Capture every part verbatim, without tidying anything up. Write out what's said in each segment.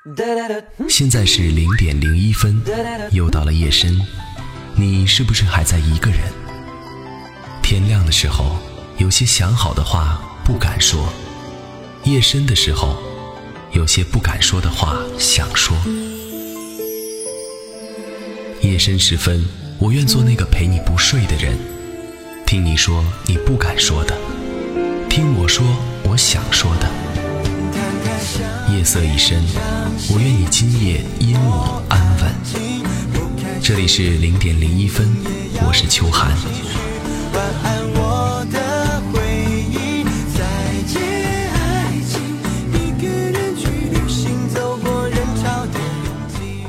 现在是零点零一分，又到了夜深，你是不是还在一个人？天亮的时候，有些想好的话不敢说；夜深的时候，有些不敢说的话想说。夜深时分，我愿做那个陪你不睡的人，听你说你不敢说的，听我说我想说的。夜色已深，我愿你今夜因我安稳。这里是零点零一分，我是秋寒。 晚安我的回忆，再见爱情，一个人去旅行，走过人潮的拥挤。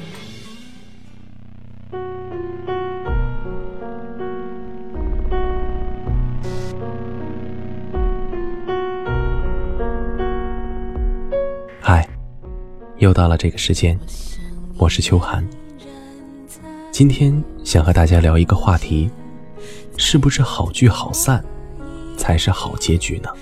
嗨，又到了这个时间，我是秋寒。今天想和大家聊一个话题，是不是好聚好散才是好结局呢？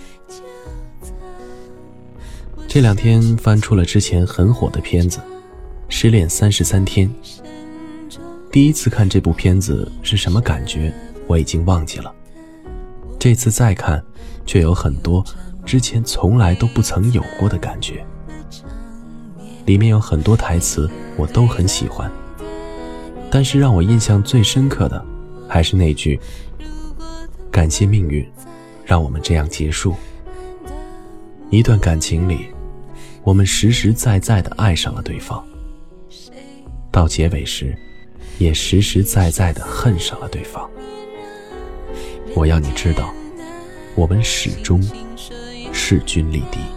这两天翻出了之前很火的片子《失恋三十三天》，第一次看这部片子是什么感觉我已经忘记了，这次再看却有很多之前从来都不曾有过的感觉。里面有很多台词我都很喜欢，但是让我印象最深刻的还是那句感谢命运让我们这样结束。一段感情里，我们实实在在地爱上了对方，到结尾时也实实在在地恨上了对方。我要你知道，我们始终势均力敌。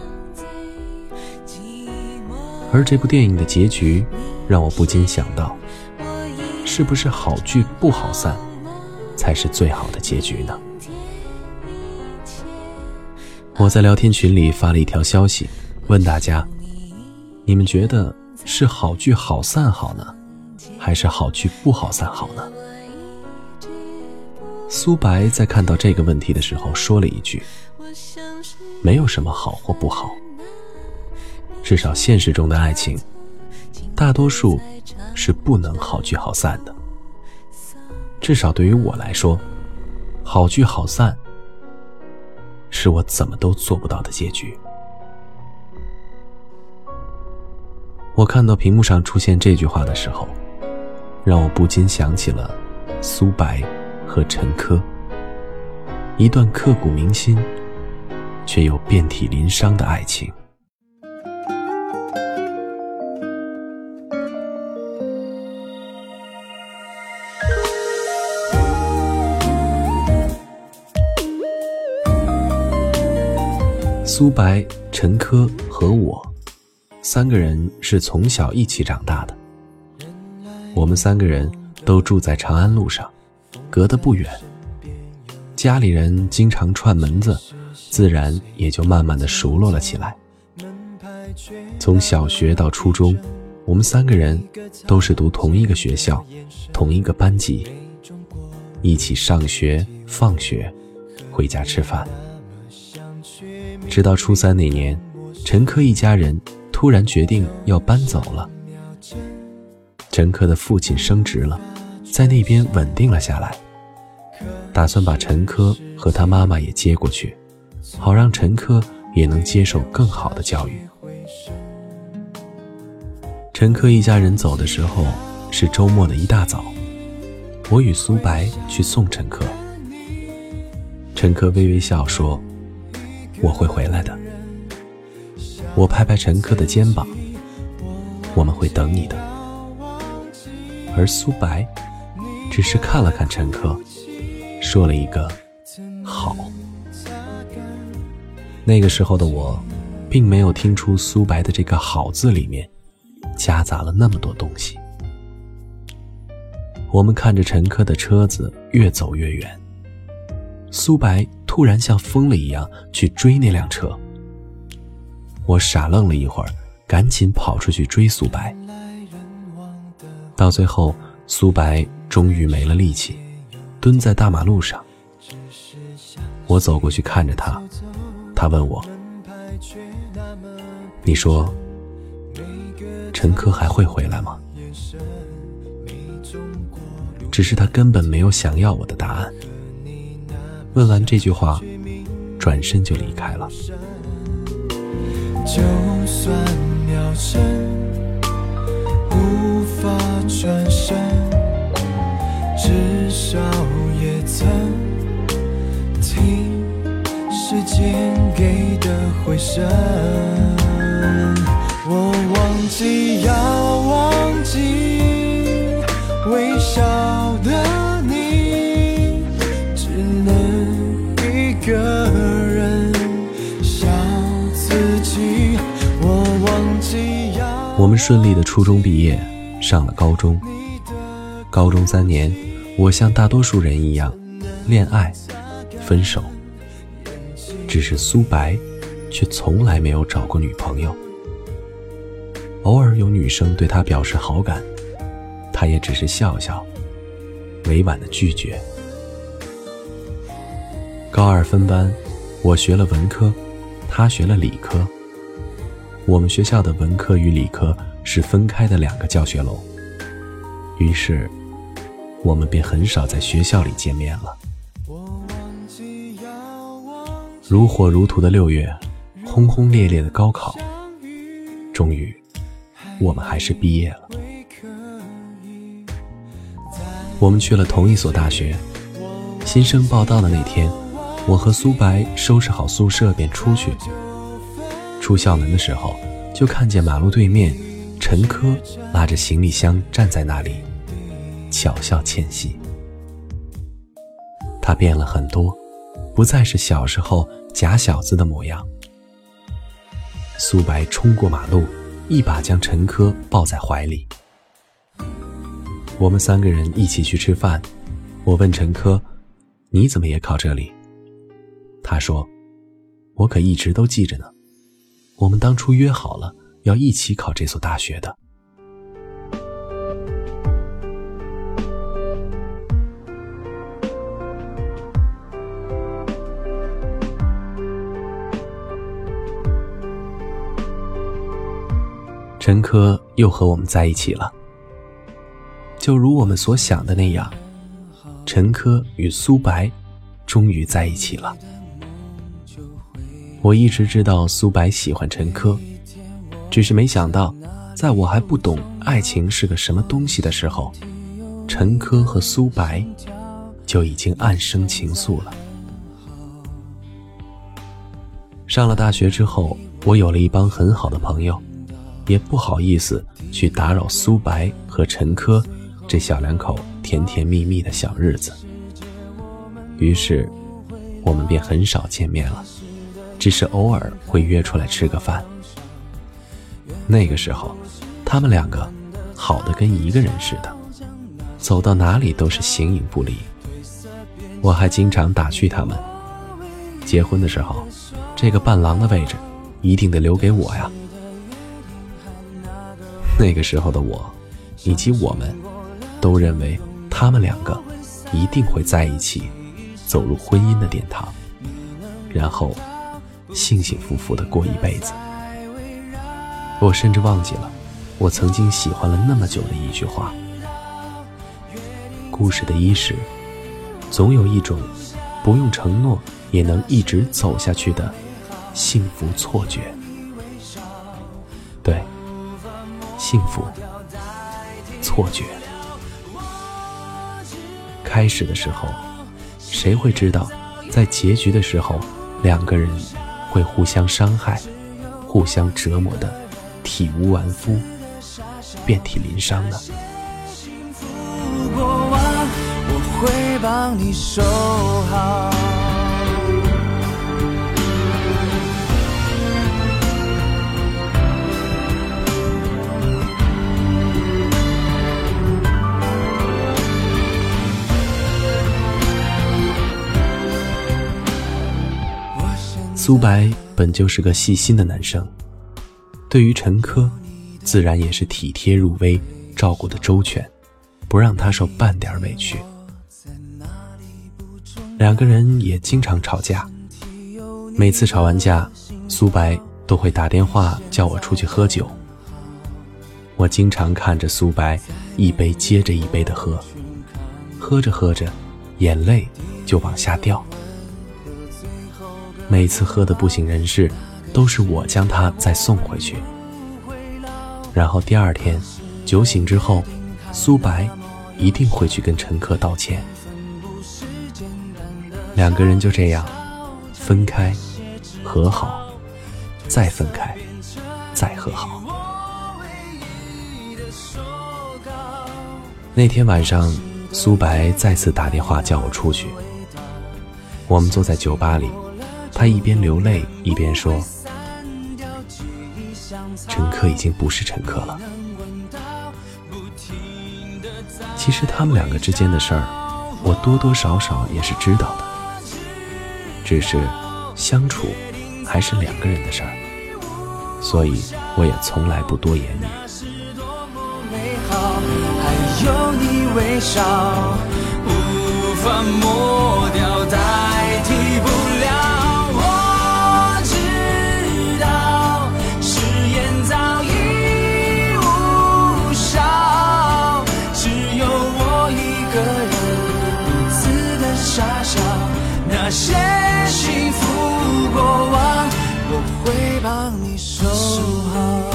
而这部电影的结局让我不禁想到，是不是好聚不好散才是最好的结局呢？我在聊天群里发了一条消息，问大家，你们觉得是好聚好散好呢，还是好聚不好散好呢？苏白在看到这个问题的时候说了一句，没有什么好或不好，至少现实中的爱情大多数是不能好聚好散的。至少对于我来说，好聚好散是我怎么都做不到的结局。我看到屏幕上出现这句话的时候，让我不禁想起了苏白和陈珂，一段刻骨铭心却又遍体鳞伤的爱情。苏白、陈珂和我三个人是从小一起长大的，我们三个人都住在长安路上，隔得不远，家里人经常串门子，自然也就慢慢的熟络了起来。从小学到初中，我们三个人都是读同一个学校，同一个班级，一起上学放学回家吃饭。直到初三那年，陈珂一家人突然决定要搬走了。陈珂的父亲升职了，在那边稳定了下来，打算把陈珂和他妈妈也接过去，好让陈珂也能接受更好的教育。陈珂一家人走的时候是周末的一大早，我与苏白去送陈珂。陈珂微微笑说，我会回来的。我拍拍陈珂的肩膀，我们会等你的。而苏白只是看了看陈珂，说了一个好。那个时候的我并没有听出苏白的这个好字里面夹杂了那么多东西。我们看着陈珂的车子越走越远，苏白突然像疯了一样去追那辆车。我傻愣了一会儿，赶紧跑出去追苏白。到最后，苏白终于没了力气，蹲在大马路上。我走过去看着他，他问我，你说陈科还会回来吗？只是他根本没有想要我的答案。问完这句话，转身就离开了。 就算秒针无法转身，至少也曾听时间给的回声。我忘记要忘记微笑的你，只能一个人笑自己。我忘记要我们顺利的初中毕业，上了高中。高中三年，我像大多数人一样恋爱分手，只是苏白却从来没有找过女朋友。偶尔有女生对他表示好感，他也只是笑笑，委婉的拒绝。高二分班，我学了文科，他学了理科。我们学校的文科与理科是分开的两个教学楼，于是我们便很少在学校里见面了。如火如荼的六月，轰轰烈烈的高考，终于我们还是毕业了。我们去了同一所大学，新生报到的那天，我和苏白收拾好宿舍便出去。出校门的时候，就看见马路对面陈科拉着行李箱站在那里，巧笑倩兮。他变了很多，不再是小时候假小子的模样。苏白冲过马路，一把将陈科抱在怀里。我们三个人一起去吃饭，我问陈科，你怎么也考这里？他说，我可一直都记着呢，我们当初约好了要一起考这所大学的。陈科又和我们在一起了，就如我们所想的那样，陈科与苏白终于在一起了。我一直知道苏白喜欢陈科，只是没想到在我还不懂爱情是个什么东西的时候，陈科和苏白就已经暗生情愫了。上了大学之后，我有了一帮很好的朋友，也不好意思去打扰苏白和陈科这小两口甜甜蜜蜜的小日子，于是我们便很少见面了，只是偶尔会约出来吃个饭。那个时候他们两个好的跟一个人似的，走到哪里都是形影不离。我还经常打趣他们，结婚的时候这个伴郎的位置一定得留给我呀。那个时候的我以及我们都认为他们两个一定会在一起，走入婚姻的殿堂，然后幸幸福福地过一辈子。我甚至忘记了我曾经喜欢了那么久的一句话，故事的伊始，总有一种不用承诺也能一直走下去的幸福错觉。对，幸福错觉。开始的时候，谁会知道在结局的时候，两个人会互相伤害，互相折磨的体无完肤，遍体鳞伤呢？ 幸福过往我会帮你收好。 苏白本就是个细心的男生，对于陈科自然也是体贴入微，照顾得周全，不让他受半点委屈。两个人也经常吵架，每次吵完架，苏白都会打电话叫我出去喝酒。 我经常看着苏白一杯接着一杯的喝，喝着喝着眼泪就往下掉。每次喝得不省人事，都是我将他再送回去。然后第二天酒醒之后，苏白一定会去跟陈科道歉。两个人就这样分开和好，再分开再和好。那天晚上，苏白再次打电话叫我出去。我们坐在酒吧里，他一边流泪一边说，陈科已经不是陈科了。其实他们两个之间的事儿，我多多少少也是知道的，只是相处还是两个人的事儿，所以我也从来不多言语。 还有你微笑，无法抹掉，代替不了。我知道誓言早已无效，只有我一个人独自的傻笑。那些幸福过往，我会帮你收好。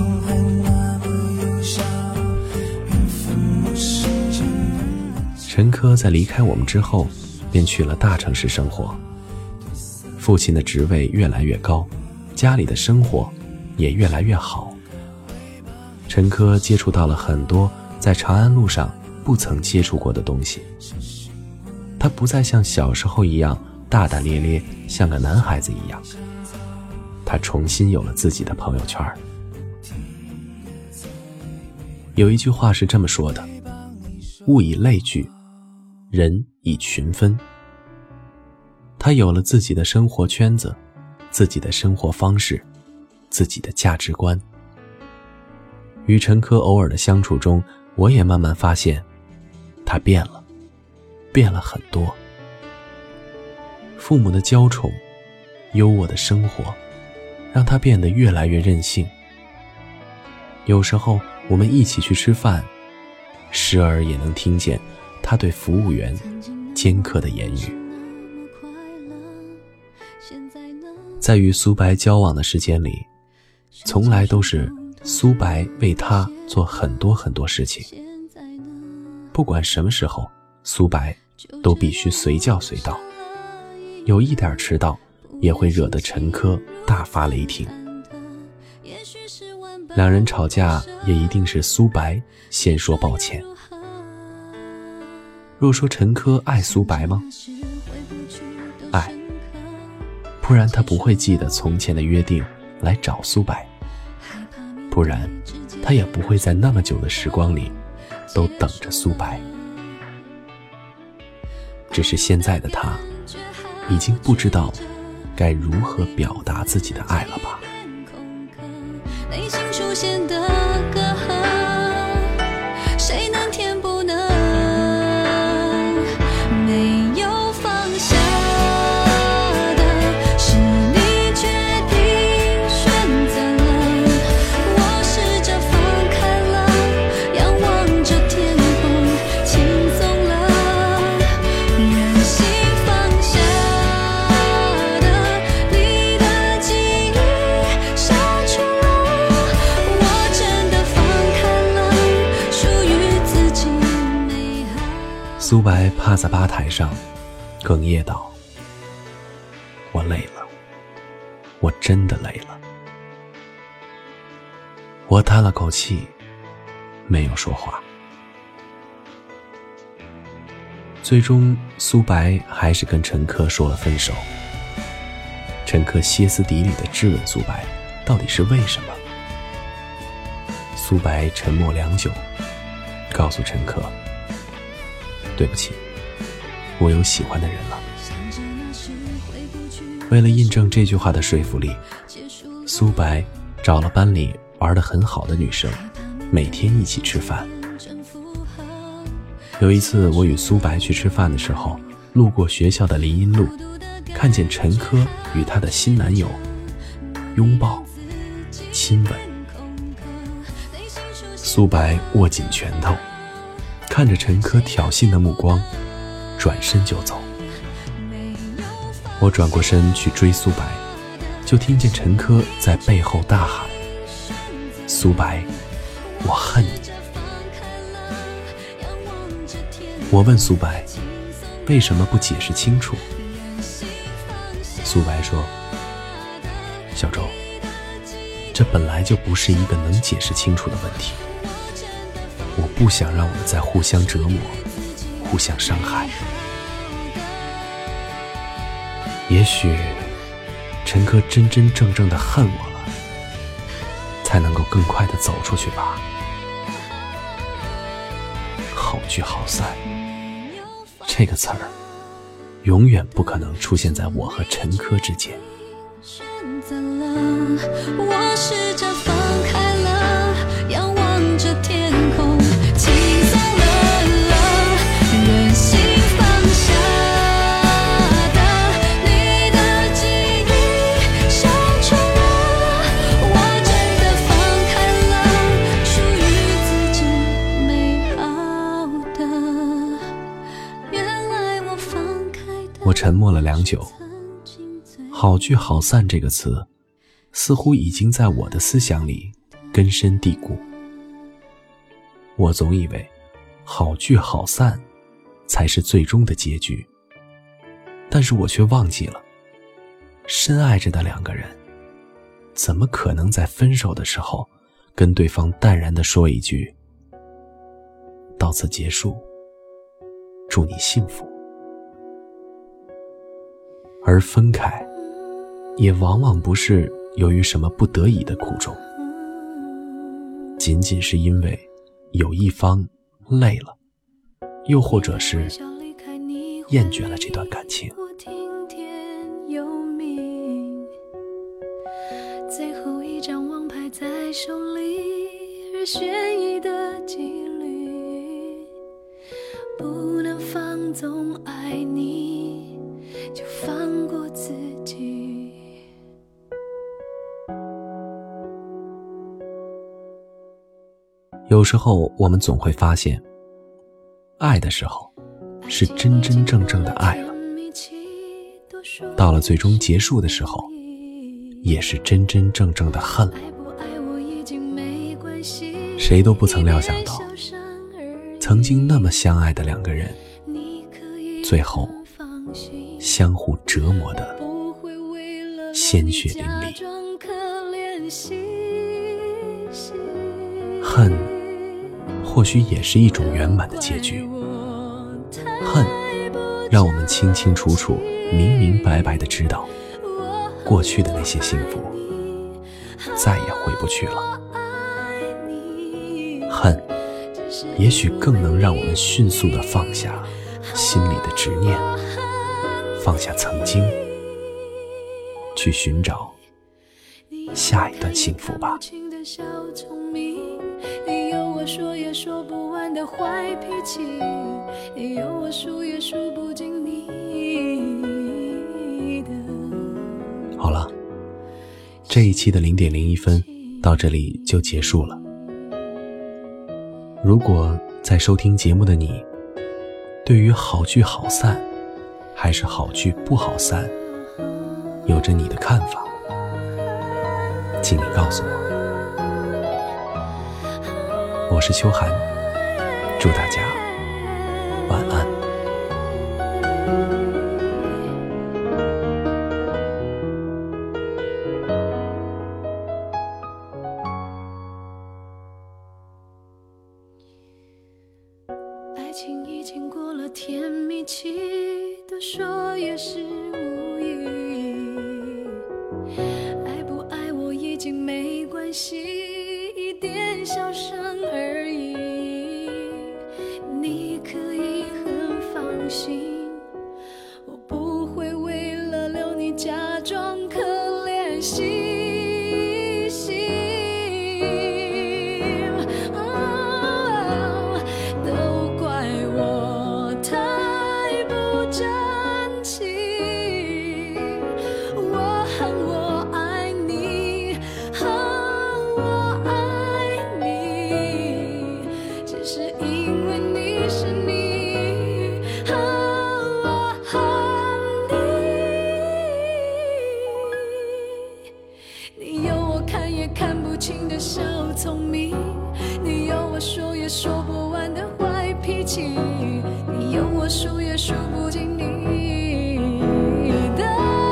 陈科在离开我们之后，便去了大城市生活。父亲的职位越来越高，家里的生活也越来越好。陈科接触到了很多在长安路上不曾接触过的东西。他不再像小时候一样大大咧咧，像个男孩子一样。他重新有了自己的朋友圈。有一句话是这么说的：物以类聚，人以群分。他有了自己的生活圈子，自己的生活方式，自己的价值观。与陈科偶尔的相处中，我也慢慢发现他变了，变了很多。父母的娇宠，优渥的生活，让他变得越来越任性。有时候我们一起去吃饭，时而也能听见他对服务员尖刻的言语。在与苏白交往的时间里，从来都是苏白为他做很多很多事情。不管什么时候，苏白都必须随叫随到，有一点迟到也会惹得陈科大发雷霆。两人吵架也一定是苏白先说抱歉。若说陈科爱苏白吗？爱，不然他不会记得从前的约定来找苏白，不然他也不会在那么久的时光里都等着苏白。只是现在的他已经不知道该如何表达自己的爱了吧。 内心出现的隔阂，谁能填补呢？没有放下的，是你决定选择了。我试着放开了，仰望着天空，轻松了。任性放下的，你的记忆删除了。我真的放开了，属于自己美好。 苏白趴在吧台上哽咽道：我累了，我真的累了。我叹了口气，没有说话。最终苏白还是跟陈科说了分手。陈科歇斯底里地质问苏白到底是为什么。苏白沉默良久，告诉陈科：对不起，我有喜欢的人了。为了印证这句话的说服力，苏白找了班里玩得很好的女生，每天一起吃饭。有一次我与苏白去吃饭的时候，路过学校的林荫路，看见陈科与她的新男友拥抱亲吻。 苏白握紧拳头，看着陈珂挑衅的目光，转身就走。我转过身去追苏白，就听见陈珂在背后大喊：苏白，我恨你。我问苏白，为什么不解释清楚？苏白说，小周，这本来就不是一个能解释清楚的问题。我不想让我们再互相折磨，互相伤害。也许陈珂真真正正的恨我了，才能够更快的走出去吧。好聚好散这个词儿永远不可能出现在我和陈珂之间。 选择了，我试着放开了，仰望着天空，轻松了了，任性放下的你的记忆，伤穿了，我真的放开了，属于自己美好的，原来我放开的。 我沉默了良久，好聚好散这个词似乎已经在我的思想里根深蒂固。我总以为好聚好散才是最终的结局，但是我却忘记了，深爱着的两个人怎么可能在分手的时候跟对方淡然地说一句到此结束，祝你幸福。而分开也往往不是由于什么不得已的苦衷，仅仅是因为有一方累了，又或者是厌倦了这段感情。 我听天由命，最后一张王牌在手里，而悬疑的几率，不能放纵爱你，就放过自己。 有时候我们总会发现，爱的时候是真真正正的爱了，到了最终结束的时候也是真真正正的恨了。谁都不曾料想到，曾经那么相爱的两个人，最后相互折磨的鲜血淋漓。恨或许也是一种圆满的结局，恨让我们清清楚楚明明白白地知道，过去的那些幸福再也回不去了。恨也许更能让我们迅速地放下心里的执念，放下曾经，去寻找下一段幸福吧。 你有我说也说不完的坏脾气，你有我数也数不尽你的。 好了，这一期的零点零一分到这里就结束了。如果在收听节目的你，对于好聚好散还是好聚不好散，有着你的看法，请你告诉我。我是秋寒，祝大家晚安。 爱情已经过了甜蜜期，多说也是无益，爱不爱我已经没关系，一点小伤而已，你可以很放心，我不会为了留你假装可怜兮。我爱你， 的小聪明，你有我说也说不完的坏脾气，你有我数也数不尽你的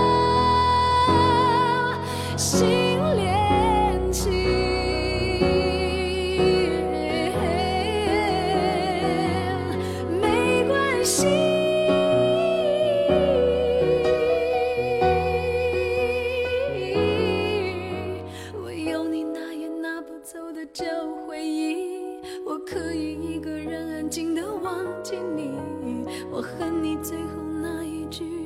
新恋情。没关系，我有你拿也拿不走的旧回忆，我可以一个人安静地忘记你，我恨你最后那一句